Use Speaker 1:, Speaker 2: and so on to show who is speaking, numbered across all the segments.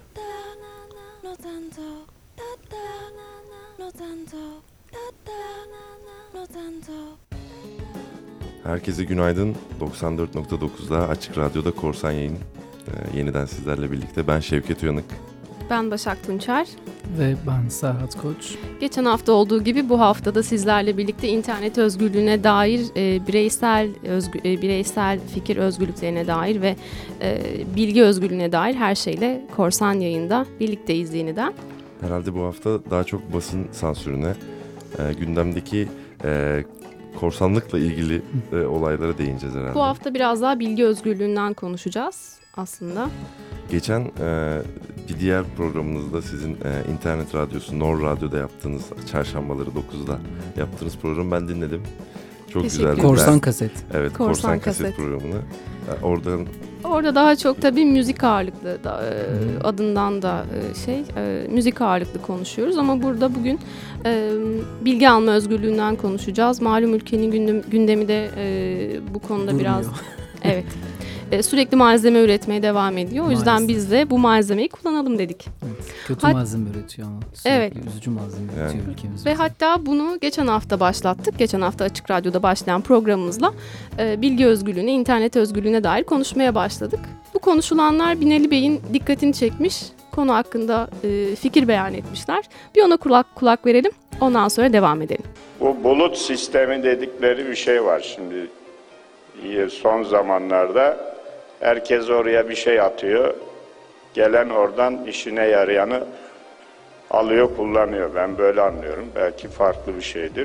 Speaker 1: Herkese günaydın. 94.9'da Açık Radyo'da Korsan Yayın yeniden sizlerle birlikte. Ben Şevket Uyanık.
Speaker 2: Ben Başak Tunçer.
Speaker 3: Ve ben Serhat Koç.
Speaker 2: Geçen hafta olduğu gibi bu haftada sizlerle birlikte internet özgürlüğüne dair, bireysel fikir özgürlüklerine dair ve bilgi özgürlüğüne dair her şeyle Korsan Yayın'da birlikteyiz yeniden.
Speaker 1: Herhalde bu hafta daha çok basın sansürüne, gündemdeki korsanlıkla ilgili olaylara değineceğiz herhalde.
Speaker 2: Bu hafta biraz daha bilgi özgürlüğünden konuşacağız aslında.
Speaker 1: Geçen bir diğer programınızda sizin internet radyosu Nor Radyo'da yaptığınız çarşambaları 9'da yaptığınız programı ben dinledim. Çok güzeldi.
Speaker 3: Korsan Kaset.
Speaker 1: Evet, Korsan Kaset programını. Orada
Speaker 2: daha çok tabii müzik ağırlıklı adından da müzik ağırlıklı konuşuyoruz ama burada bugün bilgi alma özgürlüğünden konuşacağız. Malum ülkenin gündemi de bu konuda
Speaker 3: durmuyor.
Speaker 2: Biraz evet. Sürekli malzeme üretmeye devam ediyor. O yüzden biz de bu malzemeyi kullanalım dedik.
Speaker 3: Evet, kötü malzeme üretiyor ama. Sürekli üzücü malzeme üretiyor ülkemiz.
Speaker 2: Ve hatta bunu geçen hafta başlattık. Geçen hafta Açık Radyo'da başlayan programımızla bilgi özgürlüğüne, internet özgürlüğüne dair konuşmaya başladık. Bu konuşulanlar Binali Bey'in dikkatini çekmiş. Konu hakkında fikir beyan etmişler. Bir ona kulak verelim. Ondan sonra devam edelim.
Speaker 4: Bu bulut sistemi dedikleri bir şey var şimdi. Son zamanlarda herkes oraya bir şey atıyor. Gelen oradan işine yarayanı alıyor, kullanıyor. Ben böyle anlıyorum. Belki farklı bir şeydir.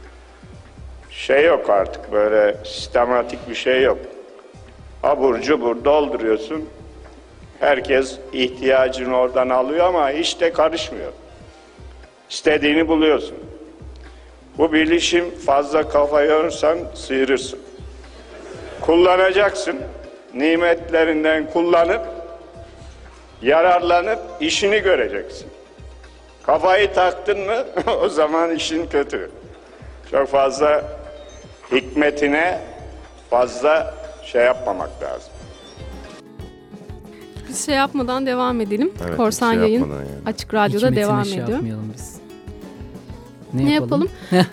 Speaker 4: Yok artık, böyle sistematik bir şey yok. Abur cubur dolduruyorsun. Herkes ihtiyacını oradan alıyor ama hiç de karışmıyor. İstediğini buluyorsun. Bu bilişim fazla kafa yorursan sıyırırsın. Kullanacaksın. Nimetlerinden kullanıp, yararlanıp işini göreceksin. Kafayı taktın mı o zaman işin kötü. Çok fazla hikmetine fazla yapmamak lazım.
Speaker 2: Biz yapmadan devam edelim.
Speaker 1: Evet,
Speaker 2: Korsan Yayın Açık Radyo'da devam ediyor.
Speaker 3: Yapmayalım biz.
Speaker 2: Ne yapalım?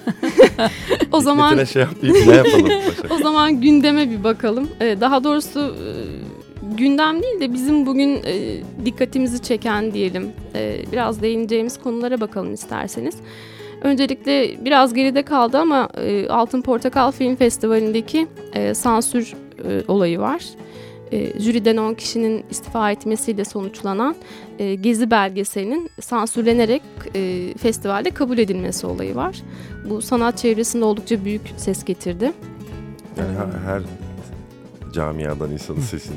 Speaker 2: O zaman
Speaker 1: ne yapalım?
Speaker 2: O zaman gündeme bir bakalım. Daha doğrusu gündem değil de bizim bugün dikkatimizi çeken diyelim. Biraz değineceğimiz konulara bakalım isterseniz. Öncelikle biraz geride kaldı ama Altın Portakal Film Festivali'ndeki sansür olayı var. Jüriden 10 kişinin istifa etmesiyle sonuçlanan Gezi belgeselinin sansürlenerek festivalde kabul edilmesi olayı var. Bu sanat çevresinde oldukça büyük ses getirdi.
Speaker 1: Yani her camiadan insanın sesini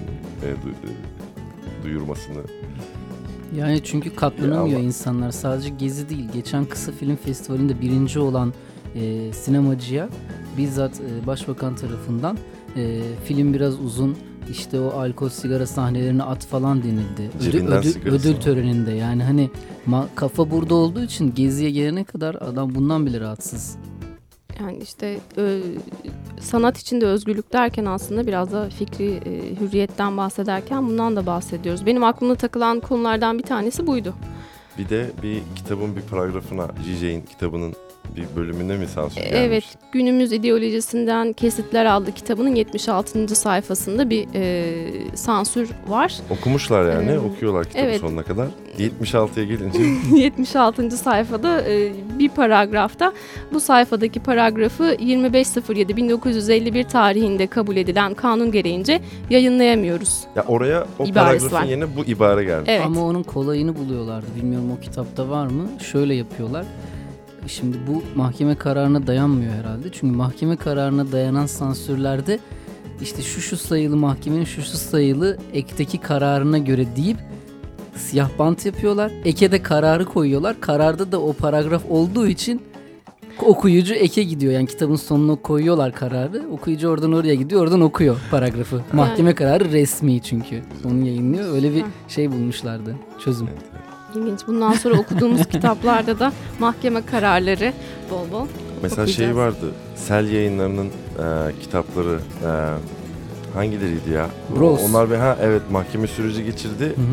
Speaker 1: duyurmasını.
Speaker 3: Yani çünkü katlanamıyor insanlar. Sadece Gezi değil. Geçen Kısa Film Festivali'nde birinci olan sinemacıya bizzat Başbakan tarafından film biraz uzun, İşte o alkol sigara sahnelerini at falan denildi. Ödül töreninde yani hani kafa burada olduğu için Gezi'ye gelene kadar adam bundan bile rahatsız.
Speaker 2: Yani işte sanat içinde özgürlük derken aslında biraz da fikri hürriyetten bahsederken bundan da bahsediyoruz. Benim aklımda takılan konulardan bir tanesi buydu.
Speaker 1: Bir de bir kitabın bir paragrafına, J.J.'in kitabının bir bölümünde mi sansür gelmiş?
Speaker 2: Evet, Günümüz İdeolojisinden Kesitler adlı kitabının 76. sayfasında bir sansür var.
Speaker 1: Okumuşlar yani, okuyorlar kitabı sonuna kadar. 76'ya gelince...
Speaker 2: 76. sayfada bir paragrafta, bu sayfadaki paragrafı 25.07.1951 tarihinde kabul edilen kanun gereğince yayınlayamıyoruz.
Speaker 1: Ya oraya o paragrafın yerine bu ibare geldi.
Speaker 2: Evet.
Speaker 3: Ama onun kolayını buluyorlardı. Bilmiyorum o kitapta var mı? Şöyle yapıyorlar. Şimdi bu mahkeme kararına dayanmıyor herhalde. Çünkü mahkeme kararına dayanan sansürlerde işte şu sayılı mahkemenin şu sayılı ekteki kararına göre deyip siyah bant yapıyorlar. Eke de kararı koyuyorlar. Kararda da o paragraf olduğu için okuyucu eke gidiyor. Yani kitabın sonuna koyuyorlar kararı. Okuyucu oradan oraya gidiyor. Oradan okuyor paragrafı. Mahkeme kararı resmi çünkü. Onu yayınlıyor. Öyle bir şey bulmuşlardı. Çözüm.
Speaker 2: İlginç. Bundan sonra okuduğumuz kitaplarda da mahkeme kararları bol bol
Speaker 1: mesela
Speaker 2: okuyacağız.
Speaker 1: Vardı. Sel Yayınları'nın kitapları hangileriydi ya?
Speaker 3: Rose.
Speaker 1: Onlar mahkeme süreci geçirdi.
Speaker 3: Hı-hı.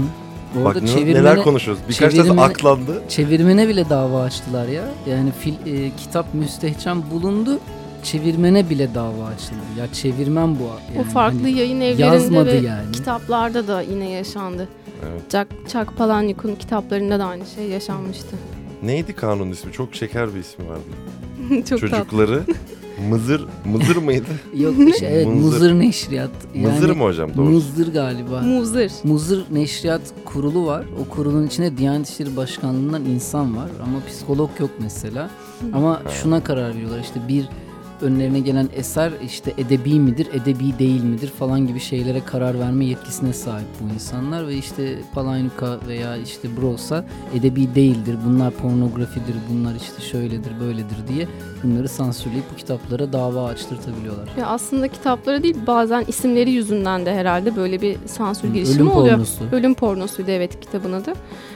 Speaker 3: Orada
Speaker 1: Bak neler konuşuyoruz. Birkaç tanesi aklandı.
Speaker 3: Çevirmene bile dava açtılar ya. Yani kitap müstehcen bulundu. Çevirmene bile dava açıldı. Ya çevirmen bu. Yani
Speaker 2: o farklı yayın evlerinde ve
Speaker 3: yani.
Speaker 2: kitaplarda da yine yaşandı.
Speaker 1: Evet.
Speaker 2: Chuck Palahniuk'un kitaplarında da aynı şey yaşanmıştı.
Speaker 1: Neydi kanunun ismi? Çok şeker bir ismi vardı.
Speaker 2: Çok
Speaker 1: Çocukları Mızır mıydı?
Speaker 3: Yok evet, Muzır Neşriyat. Yani,
Speaker 1: Mızır mı hocam? Doğru.
Speaker 3: Muzır galiba.
Speaker 2: Muzır
Speaker 3: Neşriyat kurulu var. O kurulun içinde Diyanet İşleri Başkanlığı'ndan insan var ama psikolog yok mesela. Ama şuna karar veriyorlar, işte bir önlerine gelen eser işte edebi midir, edebi değil midir falan gibi şeylere karar verme yetkisine sahip bu insanlar ve işte Palahniuk'a veya işte Brows'a edebi değildir, bunlar pornografidir, bunlar işte şöyledir, böyledir diye bunları sansürleyip bu kitaplara dava açtırtabiliyorlar.
Speaker 2: Ya aslında kitapları değil, bazen isimleri yüzünden de herhalde böyle bir sansür girişimi oluyor.
Speaker 3: Pornosu.
Speaker 2: Ölüm pornosuydu evet kitabın adı.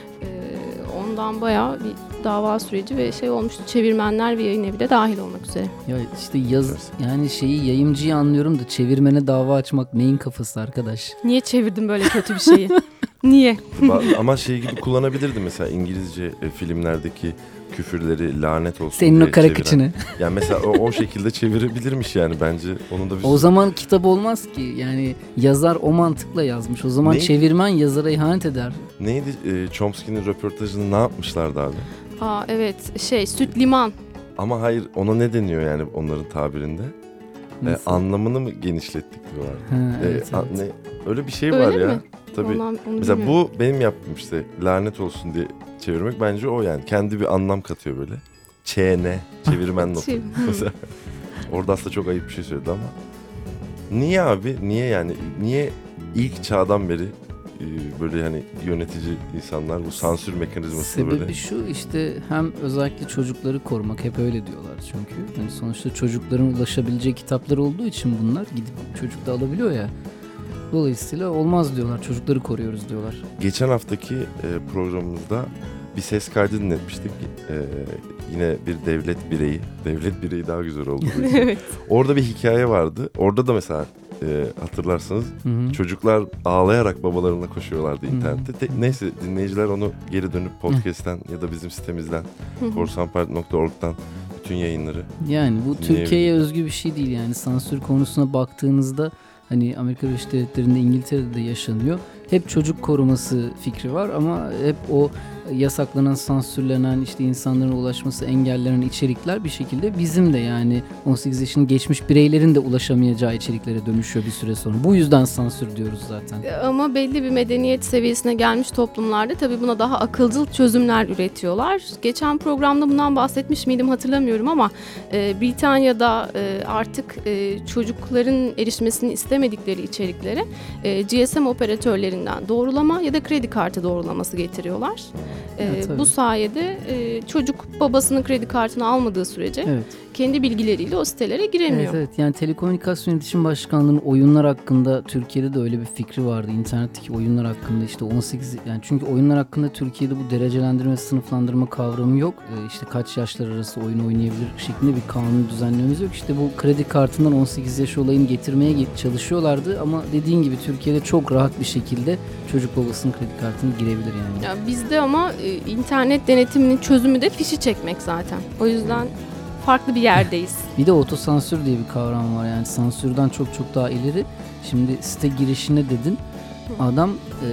Speaker 2: Ondan bayağı bir dava süreci ve şey olmuştu. Çevirmenler ve yayın evi de dahil olmak üzere.
Speaker 3: Ya işte yani yayımcıyı anlıyorum da çevirmene dava açmak neyin kafası arkadaş?
Speaker 2: Niye çevirdin böyle kötü bir şeyi? Niye?
Speaker 1: Ama şey gibi kullanabilirdi mesela İngilizce filmlerdeki küfürleri lanet olsun
Speaker 3: senin
Speaker 1: diye
Speaker 3: o kara
Speaker 1: çeviren.
Speaker 3: kıçını.
Speaker 1: Yani mesela o şekilde çevirebilirmiş yani bence. Onun da bir
Speaker 3: O zaman kitap olmaz ki. Yani yazar o mantıkla yazmış. O zaman çevirmen yazara ihanet eder.
Speaker 1: Neydi Chomsky'nin röportajını ne yapmışlardı abi?
Speaker 2: Evet süt liman.
Speaker 1: Ama hayır, ona ne deniyor yani onların tabirinde? Anlamını mı genişlettik diyorlar.
Speaker 3: Evet.
Speaker 1: Öyle bir şey
Speaker 2: Öyle
Speaker 1: var
Speaker 2: mi?
Speaker 1: ya. Tabii.
Speaker 2: Onu
Speaker 1: mesela
Speaker 2: bilmiyorum.
Speaker 1: bu benim yaptığım işte lanet olsun diye çevirmek bence o yani. Kendi bir anlam katıyor böyle. Çene, çevirmen notu. Mesela orada aslında çok ayıp bir şey söyledi ama. Niye abi? Niye yani? Niye ilk çağdan beri böyle hani yönetici insanlar bu sansür mekanizmasını böyle...
Speaker 3: Sebebi şu işte, hem özellikle çocukları korumak, hep öyle diyorlar çünkü. Yani sonuçta çocukların ulaşabileceği kitaplar olduğu için bunlar gidip çocuk da alabiliyor ya. Dolayısıyla olmaz diyorlar, çocukları koruyoruz diyorlar.
Speaker 1: Geçen haftaki programımızda bir ses kaydı dinletmiştik. Yine bir devlet bireyi daha güzel oldu.
Speaker 2: Evet.
Speaker 1: Orada bir hikaye vardı. Orada da mesela hatırlarsanız çocuklar ağlayarak babalarına koşuyorlardı internette. Neyse dinleyiciler onu geri dönüp podcast'ten ya da bizim sitemizden korsanparti.org'dan bütün yayınları.
Speaker 3: Yani bu Türkiye'ye özgü bir şey değil yani, sansür konusuna baktığınızda hani Amerika Birleşik Devletleri'nde, İngiltere'de de yaşanıyor. Hep çocuk koruması fikri var ama hep o yasaklanan, sansürlenen, işte insanların ulaşması engellenen içerikler bir şekilde bizim de yani 18 yaşını geçmiş bireylerin de ulaşamayacağı içeriklere dönüşüyor bir süre sonra. Bu yüzden sansür diyoruz zaten.
Speaker 2: Ama belli bir medeniyet seviyesine gelmiş toplumlarda tabii buna daha akılcıl çözümler üretiyorlar. Geçen programda bundan bahsetmiş miydim hatırlamıyorum ama Britanya'da artık çocukların erişmesini istemedikleri içeriklere GSM operatörlerinden doğrulama ya da kredi kartı doğrulaması getiriyorlar. Bu sayede çocuk babasının kredi kartını almadığı sürece kendi bilgileriyle o sitelere giremiyor.
Speaker 3: Evet, yani Telekomünikasyon İletişim Başkanlığı'nın oyunlar hakkında Türkiye'de de öyle bir fikri vardı. İnternetteki oyunlar hakkında işte 18, yani çünkü oyunlar hakkında Türkiye'de bu derecelendirme, sınıflandırma kavramı yok. İşte kaç yaşlar arası oyun oynayabilir şeklinde bir kanun düzenlememiz yok. İşte bu kredi kartından 18 yaş olayını getirmeye çalışıyorlardı ama dediğin gibi Türkiye'de çok rahat bir şekilde çocuk babasının kredi kartını girebilir yani.
Speaker 2: Ya bizde ama internet denetiminin çözümü de fişi çekmek zaten. O yüzden farklı bir yerdeyiz.
Speaker 3: Bir de otosansür diye bir kavram var, yani sansürden çok daha ileri. Şimdi site girişine dedin, adam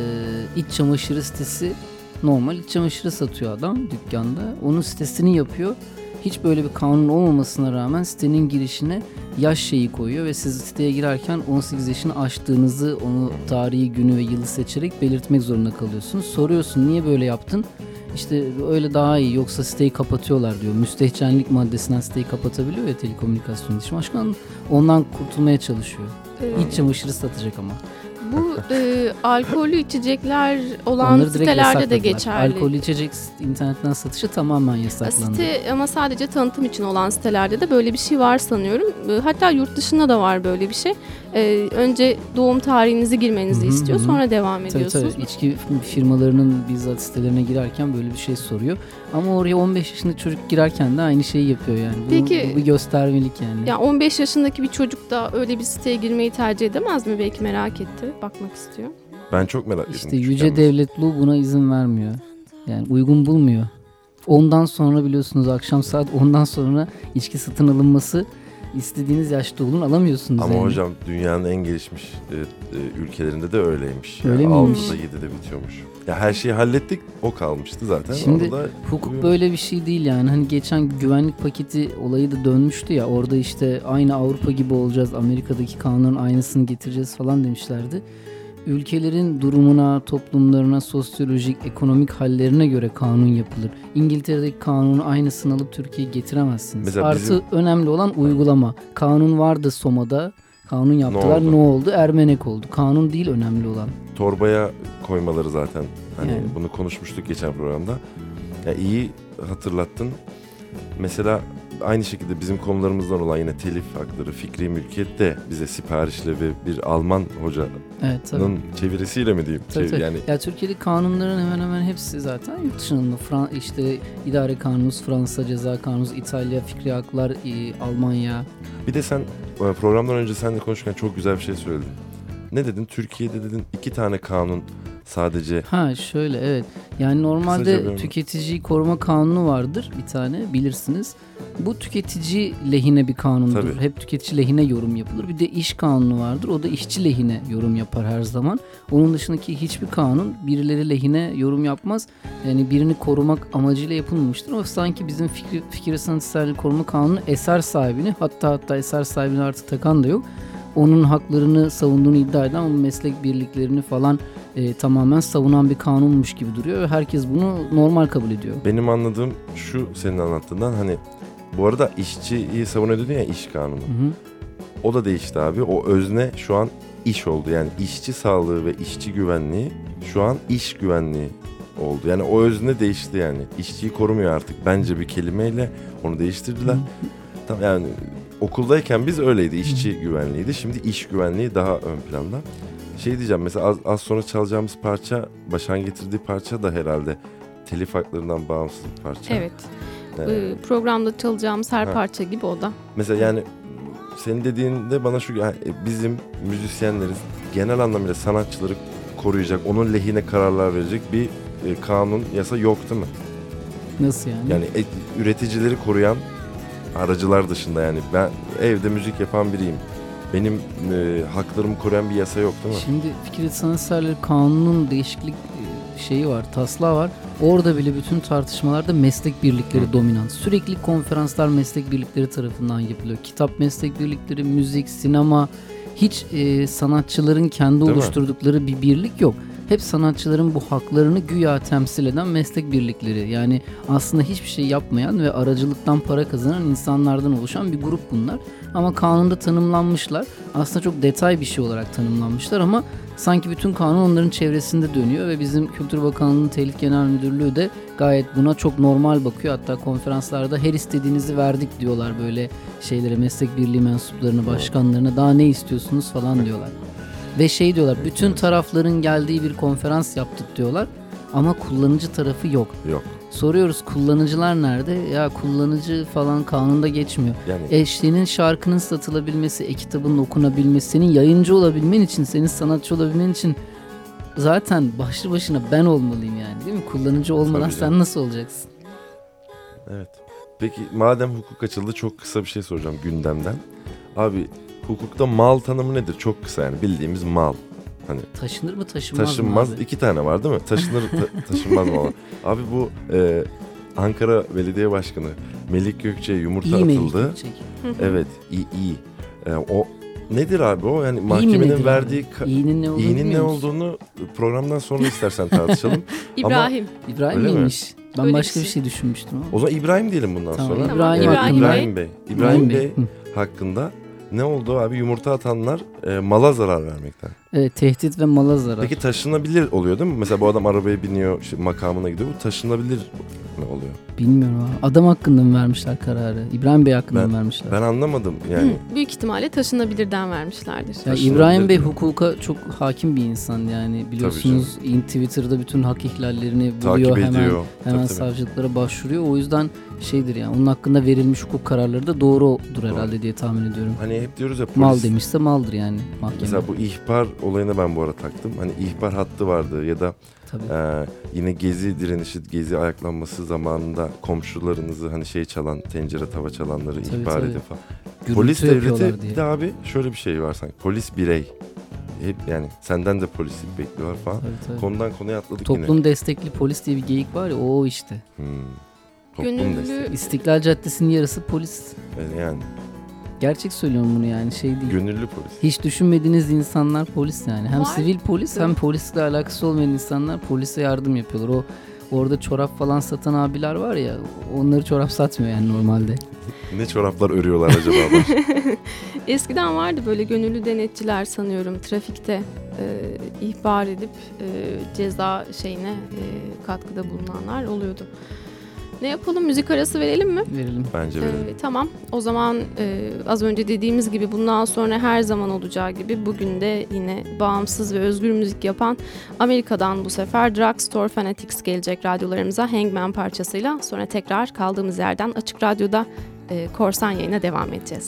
Speaker 3: iç çamaşırı sitesi, normal iç çamaşırı satıyor adam dükkanda, onun sitesini yapıyor. Hiç böyle bir kanun olmamasına rağmen sitenin girişine yaş şeyi koyuyor ve siz siteye girerken 18 yaşını aştığınızı, onu tarihi, günü ve yılı seçerek belirtmek zorunda kalıyorsunuz. Soruyorsun niye böyle yaptın? İşte öyle daha iyi, yoksa siteyi kapatıyorlar diyor. Müstehcenlik maddesinden siteyi kapatabiliyor ya Telekomünikasyon İletişim Başkanlığı. Ondan kurtulmaya çalışıyor. İç çamaşırı satacak ama.
Speaker 2: Bu alkollü içecekler olan sitelerde de geçerli.
Speaker 3: Alkollü içecek internetten satışı tamamen yasaklandı.
Speaker 2: Site ama sadece tanıtım için olan sitelerde de böyle bir şey var sanıyorum. Hatta yurt dışında da var böyle bir şey. Önce doğum tarihinizi girmenizi istiyor, sonra devam ediyorsunuz.
Speaker 3: Tabii. İçki firmalarının bizzat sitelerine girerken böyle bir şey soruyor. Ama oraya 15 yaşında çocuk girerken de aynı şeyi yapıyor yani.
Speaker 2: Peki,
Speaker 3: bu bir göstermelik yani.
Speaker 2: Ya 15 yaşındaki bir çocuk da öyle bir siteye girmeyi tercih edemez mi? Belki merak etti, bakmak istiyor.
Speaker 1: Ben çok merak ettim.
Speaker 3: İşte yüce devletluğu buna izin vermiyor. Yani uygun bulmuyor. Ondan sonra biliyorsunuz akşam saat 10'dan sonra içki satın alınması, istediğiniz yaşta olun alamıyorsunuz.
Speaker 1: Ama
Speaker 3: yani.
Speaker 1: hocam dünyanın en gelişmiş ülkelerinde de öyleymiş.
Speaker 3: Öyle
Speaker 1: yani
Speaker 3: miymiş?
Speaker 1: 6'da 7'de bitiyormuş. Ya her şeyi hallettik, o kalmıştı zaten.
Speaker 3: Şimdi
Speaker 1: orada
Speaker 3: hukuk böyle bir şey değil yani. Hani geçen güvenlik paketi olayı da dönmüştü ya. Orada işte aynı Avrupa gibi olacağız. Amerika'daki kanunun aynısını getireceğiz falan demişlerdi. Ülkelerin durumuna, toplumlarına, sosyolojik, ekonomik hallerine göre kanun yapılır. İngiltere'deki kanunun aynısını alıp Türkiye'ye getiremezsiniz.
Speaker 1: Mesela
Speaker 3: Artı önemli olan uygulama. Kanun vardı Soma'da. Kanun yaptılar. Ne oldu? Ermenek oldu. Kanun değil önemli olan.
Speaker 1: Torbaya koymaları zaten. Hani
Speaker 3: Yani.
Speaker 1: bunu konuşmuştuk geçen programda. Ya iyi hatırlattın. Mesela aynı şekilde bizim konularımızdan olan yine telif hakları, fikri mülkiyet de bize siparişle ve bir Alman hocanın
Speaker 3: Evet tabii.
Speaker 1: çevirisiyle mi diyeyim?
Speaker 3: Tabii.
Speaker 1: Yani
Speaker 3: Ya Türkiye'deki kanunların hemen hemen hepsi zaten yurt dışında. İşte idare kanunumuz, Fransa ceza kanunumuz, İtalya fikri haklar, Almanya.
Speaker 1: bir de sen programdan önce seninle konuşurken çok güzel bir şey söyledin. Ne dedin? Türkiye'de dedin 2 tane kanun sadece.
Speaker 3: Ha şöyle evet. Yani normalde tüketiciyi koruma kanunu vardır bir tane bilirsiniz. Bu tüketici lehine bir kanundur.
Speaker 1: Tabii.
Speaker 3: Hep tüketici lehine yorum yapılır. Bir de iş kanunu vardır. O da işçi lehine yorum yapar her zaman. Onun dışındaki hiçbir kanun birileri lehine yorum yapmaz. Yani birini korumak amacıyla yapılmamıştır. O sanki bizim fikir sanat eserleri koruma kanunu eser sahibini hatta eser sahibini artık takan da yok. Onun haklarını savunduğunu iddia eden ama meslek birliklerini falan tamamen savunan bir kanunmuş gibi duruyor ve herkes bunu normal kabul ediyor.
Speaker 1: Benim anladığım şu senin anlattığından hani bu arada işçiyi savunuyor dedin ya iş kanunu.
Speaker 3: Hı.
Speaker 1: O da değişti abi. O özne şu an iş oldu. Yani işçi sağlığı ve işçi güvenliği şu an iş güvenliği oldu. Yani o özne değişti yani. İşçiyi korumuyor artık. Bence bir kelimeyle onu değiştirdiler. Tamam yani okuldayken biz öyleydi. İşçi güvenliğiydi. Şimdi iş güvenliği daha ön planda. Şey diyeceğim mesela az sonra çalacağımız parça, Başak'ın getirdiği parça da herhalde telif haklarından bağımsız bir parça.
Speaker 2: Evet. Programda çalacağımız her parça gibi o da.
Speaker 1: Mesela yani senin dediğinde bana şu yani bizim müzisyenleriz genel anlamıyla sanatçıları koruyacak, onun lehine kararlar verecek bir kanun, yasa yok değil mi?
Speaker 3: Nasıl yani?
Speaker 1: Yani üreticileri koruyan aracılar dışında yani ben evde müzik yapan biriyim. Benim haklarımı koruyan bir yasa yok değil mi?
Speaker 3: Şimdi Fikri Sanat Eserleri Kanunu'nun değişiklik şeyi var, taslağı var. Orada bile bütün tartışmalarda meslek birlikleri dominant. Sürekli konferanslar meslek birlikleri tarafından yapılıyor. Kitap meslek birlikleri, müzik, sinema, hiç sanatçıların kendi
Speaker 1: değil
Speaker 3: oluşturdukları mi? Bir birlik yok. Hep sanatçıların bu haklarını güya temsil eden meslek birlikleri. Yani aslında hiçbir şey yapmayan ve aracılıktan para kazanan insanlardan oluşan bir grup bunlar. Ama kanunda tanımlanmışlar. Aslında çok detay bir şey olarak tanımlanmışlar ama sanki bütün kanun onların çevresinde dönüyor ve bizim Kültür Bakanlığı'nın Telif Genel Müdürlüğü de gayet buna çok normal bakıyor. Hatta konferanslarda her istediğinizi verdik diyorlar böyle şeylere, meslek birliği mensuplarına, başkanlarına daha ne istiyorsunuz falan diyorlar. Ve şey diyorlar, bütün tarafların geldiği bir konferans yaptık diyorlar ama kullanıcı tarafı yok.
Speaker 1: Yok.
Speaker 3: Soruyoruz kullanıcılar nerede? Ya kullanıcı falan kanunda geçmiyor.
Speaker 1: Yani
Speaker 3: Senin şarkının satılabilmesi, kitabının okunabilmesi, senin yayıncı olabilmen için, senin sanatçı olabilmen için zaten başlı başına ben olmalıyım yani değil mi? Kullanıcı olmadan sen nasıl olacaksın?
Speaker 1: Evet. Peki madem hukuk açıldı çok kısa bir şey soracağım gündemden. Abi hukukta mal tanımı nedir? Çok kısa yani bildiğimiz mal. Hani
Speaker 3: taşınır mı taşınmaz mı?
Speaker 1: Taşınmaz 2 tane var değil mi? Taşınır taşınmaz mı? Abi bu Ankara Belediye Başkanı Melik Gökçe'ye yumurta atıldı.
Speaker 3: Melik Gökçek.
Speaker 1: Evet iyi. O nedir abi o? Yani mahkemenin verdiği
Speaker 3: İyinin
Speaker 1: ne olduğunu programdan sonra istersen tartışalım.
Speaker 2: İbrahim.
Speaker 3: İbrahim miymiş? Ben
Speaker 2: öyle
Speaker 3: başka bir şey düşünmüştüm ama.
Speaker 1: O zaman İbrahim diyelim bundan sonra.
Speaker 2: İbrahim
Speaker 1: Bey. İbrahim Bey hakkında ne oldu abi? Yumurta atanlar mala zarar vermekten.
Speaker 3: Evet, tehdit ve mala zarar.
Speaker 1: Peki taşınabilir oluyor değil mi? Mesela bu adam arabaya biniyor, işte makamına gidiyor. Bu taşınabilir mi oluyor?
Speaker 3: Bilmiyorum abi. Adam hakkında mı vermişler kararı? İbrahim Bey hakkında mı vermişler?
Speaker 1: Ben anlamadım yani.
Speaker 2: Büyük ihtimalle taşınabilirden vermişlerdir.
Speaker 3: Ya İbrahim Bey hukuka çok hakim bir insan yani, biliyorsunuz Twitter'da bütün hak ihlallerini buluyor, hemen savcılıklara başvuruyor. O yüzden şeydir yani, onun hakkında verilmiş hukuk kararları da doğrudur herhalde diye tahmin ediyorum.
Speaker 1: Hani hep diyoruz ya, polis...
Speaker 3: Mal demişse maldır yani mahkeme.
Speaker 1: Mesela bu ihbar olayına ben bu ara taktım. Hani ihbar hattı vardı ya da yine Gezi direnişi, Gezi ayaklanması zamanında komşularınızı hani çalan, tencere tava çalanları ihbar edip falan. Polis devleti diye. De abi şöyle bir şey var sanki. Polis birey. Hep yani senden de polislik bekliyorlar falan. Tabii. Konudan konuya atladık
Speaker 3: Toplum
Speaker 1: yine.
Speaker 3: Toplum destekli polis diye bir geyik var ya, o işte.
Speaker 1: Toplum destekli.
Speaker 3: İstiklal Caddesi'nin yarısı polis.
Speaker 1: Yani.
Speaker 3: Gerçek söylüyorum bunu yani, şey değil.
Speaker 1: Gönüllü polis.
Speaker 3: Hiç düşünmediğiniz insanlar polis yani. Hem sivil polis hem polisle alakası olmayan insanlar polise yardım yapıyorlar. Orada çorap falan satan abiler var ya, onları çorap satmıyor yani normalde.
Speaker 1: Ne çoraplar örüyorlar acaba?
Speaker 2: Eskiden vardı böyle gönüllü denetçiler sanıyorum, trafikte ihbar edip ceza katkıda bulunanlar oluyordu. Ne yapalım, müzik arası verelim mi?
Speaker 3: Verelim.
Speaker 1: Bence verelim.
Speaker 2: Tamam, o zaman az önce dediğimiz gibi bundan sonra her zaman olacağı gibi bugün de yine bağımsız ve özgür müzik yapan Amerika'dan bu sefer Drugstore Fanatics gelecek radyolarımıza Hangman parçasıyla. Sonra tekrar kaldığımız yerden Açık Radyo'da Korsan yayına devam edeceğiz.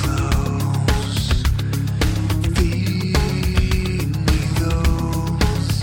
Speaker 5: Feed me those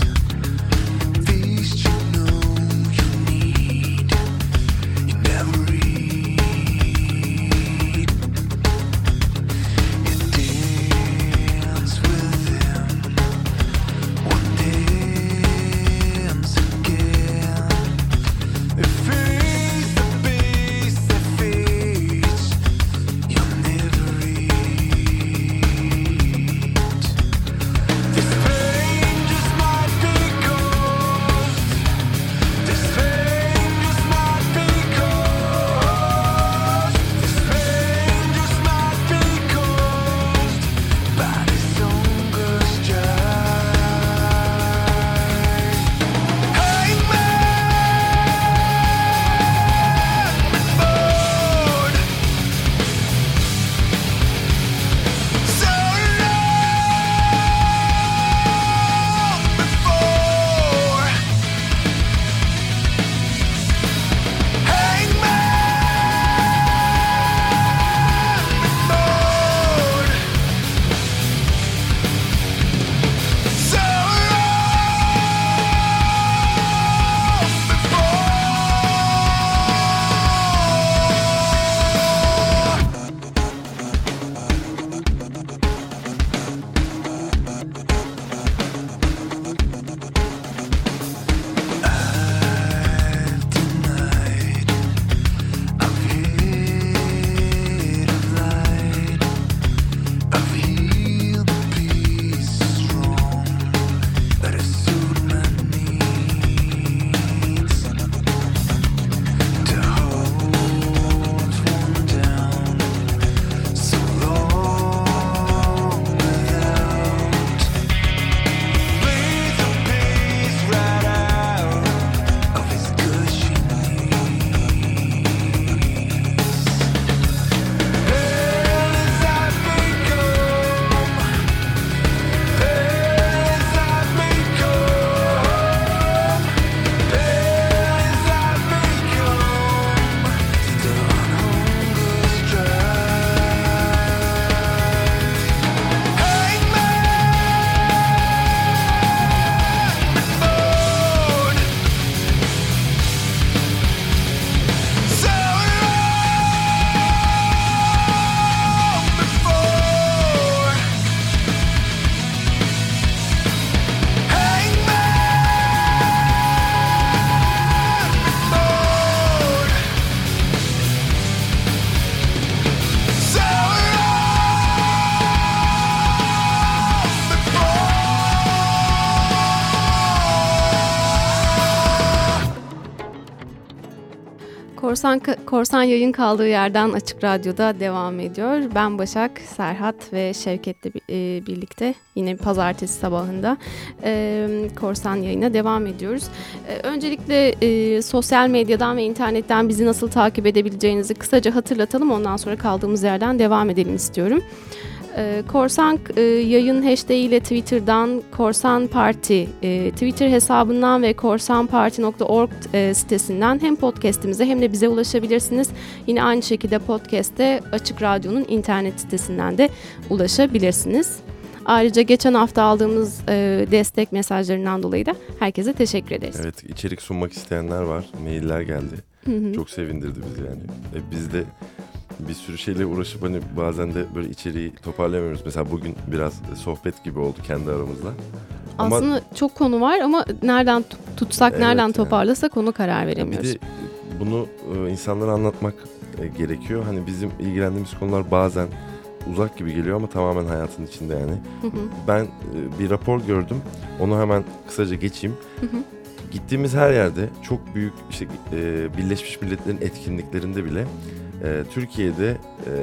Speaker 2: Korsan yayın kaldığı yerden Açık Radyo'da devam ediyor. Ben Başak, Serhat ve Şevket'le birlikte yine pazartesi sabahında Korsan yayına devam ediyoruz. Öncelikle sosyal medyadan ve internetten bizi nasıl takip edebileceğinizi kısaca hatırlatalım. Ondan sonra kaldığımız yerden devam edelim istiyorum. Korsan yayın hashtag ile Twitter'dan Korsan Parti Twitter hesabından ve korsanparti.org sitesinden hem podcast'imize hem de bize ulaşabilirsiniz. Yine aynı şekilde podcast'te Açık Radyo'nun internet sitesinden de ulaşabilirsiniz. Ayrıca geçen hafta aldığımız destek mesajlarından dolayı da herkese teşekkür ederiz.
Speaker 1: Evet, içerik sunmak isteyenler var. Mailler geldi. Hı-hı. Çok sevindirdi bizi yani. Biz de bir sürü şeyle uğraşıp hani bazen de böyle içeriği toparlayamıyoruz. Mesela bugün biraz sohbet gibi oldu kendi aramızda.
Speaker 2: Aslında çok konu var ama nereden tutsak, evet, nereden toparlasak onu karar veremiyoruz.
Speaker 1: Bir de bunu insanlara anlatmak gerekiyor. Hani bizim ilgilendiğimiz konular bazen uzak gibi geliyor ama tamamen hayatın içinde yani. Hı hı. Ben bir rapor gördüm. Onu hemen kısaca geçeyim. Hı hı. Gittiğimiz her yerde çok büyük işte Birleşmiş Milletler'in etkinliklerinde bile Türkiye'de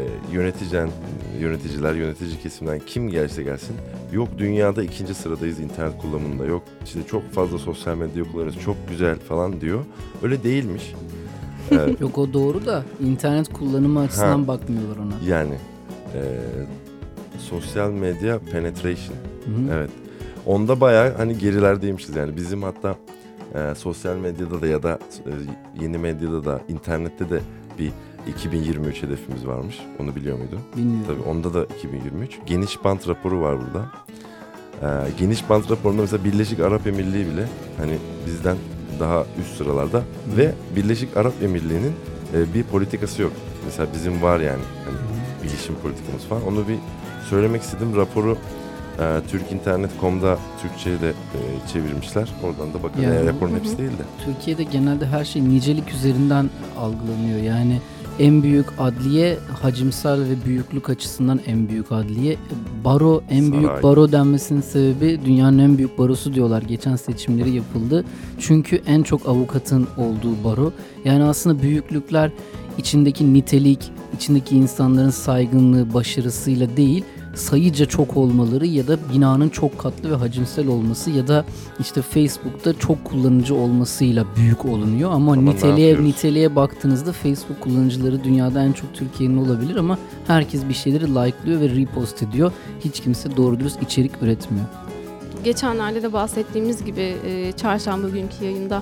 Speaker 1: yönetici kesimden kim gelse gelsin, yok dünyada 2. sıradayız internet kullanımında, yok işte çok fazla sosyal medya kullanıyoruz, çok güzel falan diyor. Öyle değilmiş.
Speaker 3: Yok, o doğru da internet kullanımı açısından bakmıyorlar ona.
Speaker 1: Yani sosyal medya penetration. Hı-hı. Evet. Onda bayağı hani gerilerdeymişiz yani. Bizim hatta sosyal medyada da ya da yeni medyada da internette de bir 2023 hedefimiz varmış. Onu biliyor muydun?
Speaker 3: Bilmiyorum.
Speaker 1: Tabii onda da 2023. Geniş bant raporu var burada. Geniş bant raporunda mesela Birleşik Arap Emirliği bile hani bizden daha üst sıralarda. Hı. Ve Birleşik Arap Emirliği'nin bir politikası yok. Mesela bizim var yani. Hani bilişim politikamız falan. Onu bir söylemek istedim. Raporu Türkinternet.com'da Türkçe'ye de çevirmişler. Oradan da bakın. Yani raporun hepsi değil de.
Speaker 3: Türkiye'de genelde her şey nicelik üzerinden algılanıyor. Yani en büyük adliye hacimsel ve büyüklük açısından en büyük adliye. Baro en Saray. Büyük baro denmesinin sebebi dünyanın en büyük barosu diyorlar. Geçen seçimleri yapıldı. Çünkü en çok avukatın olduğu baro. Yani aslında büyüklükler içindeki nitelik, içindeki insanların saygınlığı, başarısıyla değil, sayıca çok olmaları ya da binanın çok katlı ve hacimsel olması ya da işte Facebook'ta çok kullanıcı olmasıyla büyük olunuyor ama niteliğe baktığınızda Facebook kullanıcıları dünyada en çok Türkiye'nin olabilir ama herkes bir şeyleri like'lıyor ve repost ediyor. Hiç kimse doğru dürüst içerik üretmiyor.
Speaker 2: Geçenlerde de bahsettiğimiz gibi çarşamba günkü yayında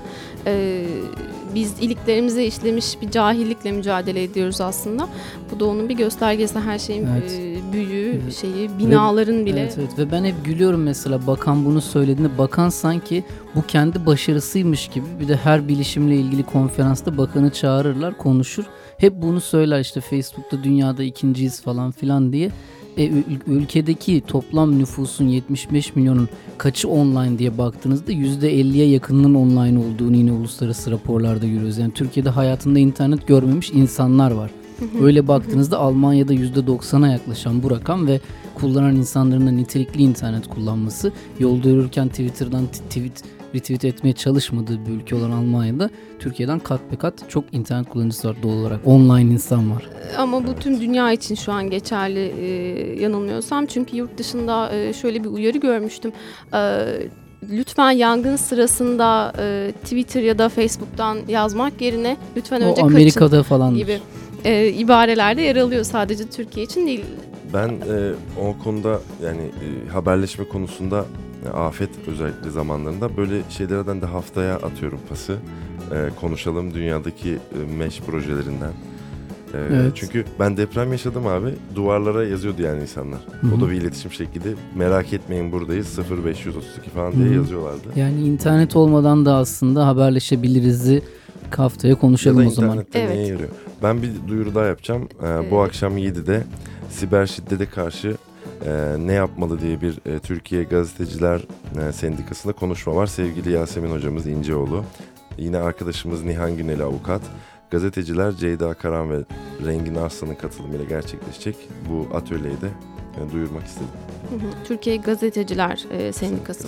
Speaker 2: biz iliklerimize işlemiş bir cahillikle mücadele ediyoruz aslında. Bu da onun bir göstergesi, her şeyin büyüğü, şeyi, binaların bile.
Speaker 3: Evet. Ve ben hep gülüyorum mesela bakan bunu söylediğinde, bakan sanki bu kendi başarısıymış gibi, bir de her bilişimle ilgili konferansta bakanı çağırırlar, konuşur. Hep bunu söyler işte Facebook'ta dünyada 2.'yiz falan filan diye. Ülkedeki toplam nüfusun 75 milyonun kaçı online diye baktığınızda %50'ye yakınının online olduğunu yine uluslararası raporlarda görüyoruz. Yani Türkiye'de hayatında internet görmemiş insanlar var. Öyle baktığınızda Almanya'da %90'a yaklaşan bu rakam ve kullanan insanların da nitelikli internet kullanması, yolda yürürken Twitter'dan retweet etmeye çalışmadığı bir ülke olan Almanya'da Türkiye'den kat be kat çok internet kullanıcısı var doğal olarak. Online insan var.
Speaker 2: Ama bu tüm dünya için şu an geçerli yanılmıyorsam. Çünkü yurt dışında şöyle bir uyarı görmüştüm. Lütfen yangın sırasında Twitter ya da Facebook'tan yazmak yerine lütfen önce
Speaker 3: Amerika'da
Speaker 2: kaçın
Speaker 3: falan
Speaker 2: gibi ibarelerde yer alıyor. Sadece Türkiye için değil.
Speaker 1: Ben o konuda yani haberleşme konusunda afet özellikle zamanlarında böyle şeylerden de haftaya atıyorum pası. Konuşalım dünyadaki mesh projelerinden. Evet. Çünkü ben deprem yaşadım abi. Duvarlara yazıyordu yani insanlar. Hı-hı. O da bir iletişim şekliydi. Merak etmeyin buradayız 0532 falan diye yazıyorlardı.
Speaker 3: Yani internet olmadan da aslında haberleşebiliriz'i haftaya konuşalım o zaman.
Speaker 1: İnternette neye yarıyor? Ben bir duyuru daha yapacağım. Bu akşam 7'de siber şiddete karşı ne yapmalı diye bir Türkiye Gazeteciler Sendikası'nda konuşma var. Sevgili Yasemin hocamız İnceoğlu, yine arkadaşımız Nihan Güneli avukat, gazeteciler Ceyda Karan ve Rengin Arslan'ın katılımıyla gerçekleşecek. Bu atölyeyi de duyurmak istedim.
Speaker 2: Türkiye Gazeteciler Sendikası'nın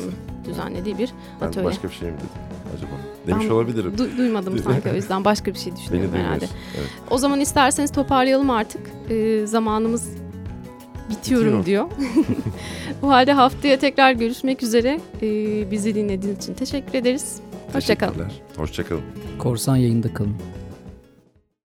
Speaker 2: düzenlediği bir
Speaker 1: Ben
Speaker 2: atölye.
Speaker 1: başka bir şey mi dedim acaba? Demiş
Speaker 2: Ben
Speaker 1: olabilirim.
Speaker 2: Duymadım sanki, o yüzden başka bir şey
Speaker 1: Beni
Speaker 2: düşünüyorum herhalde.
Speaker 1: duymuyorsun. Evet.
Speaker 2: O zaman isterseniz toparlayalım artık. Zamanımız bitiyorum diyor. O halde haftaya tekrar görüşmek üzere. Bizi dinlediğiniz için teşekkür ederiz. Hoşça kalın.
Speaker 1: Teşekkürler. Hoşça kalın.
Speaker 3: Korsan yayında kalın.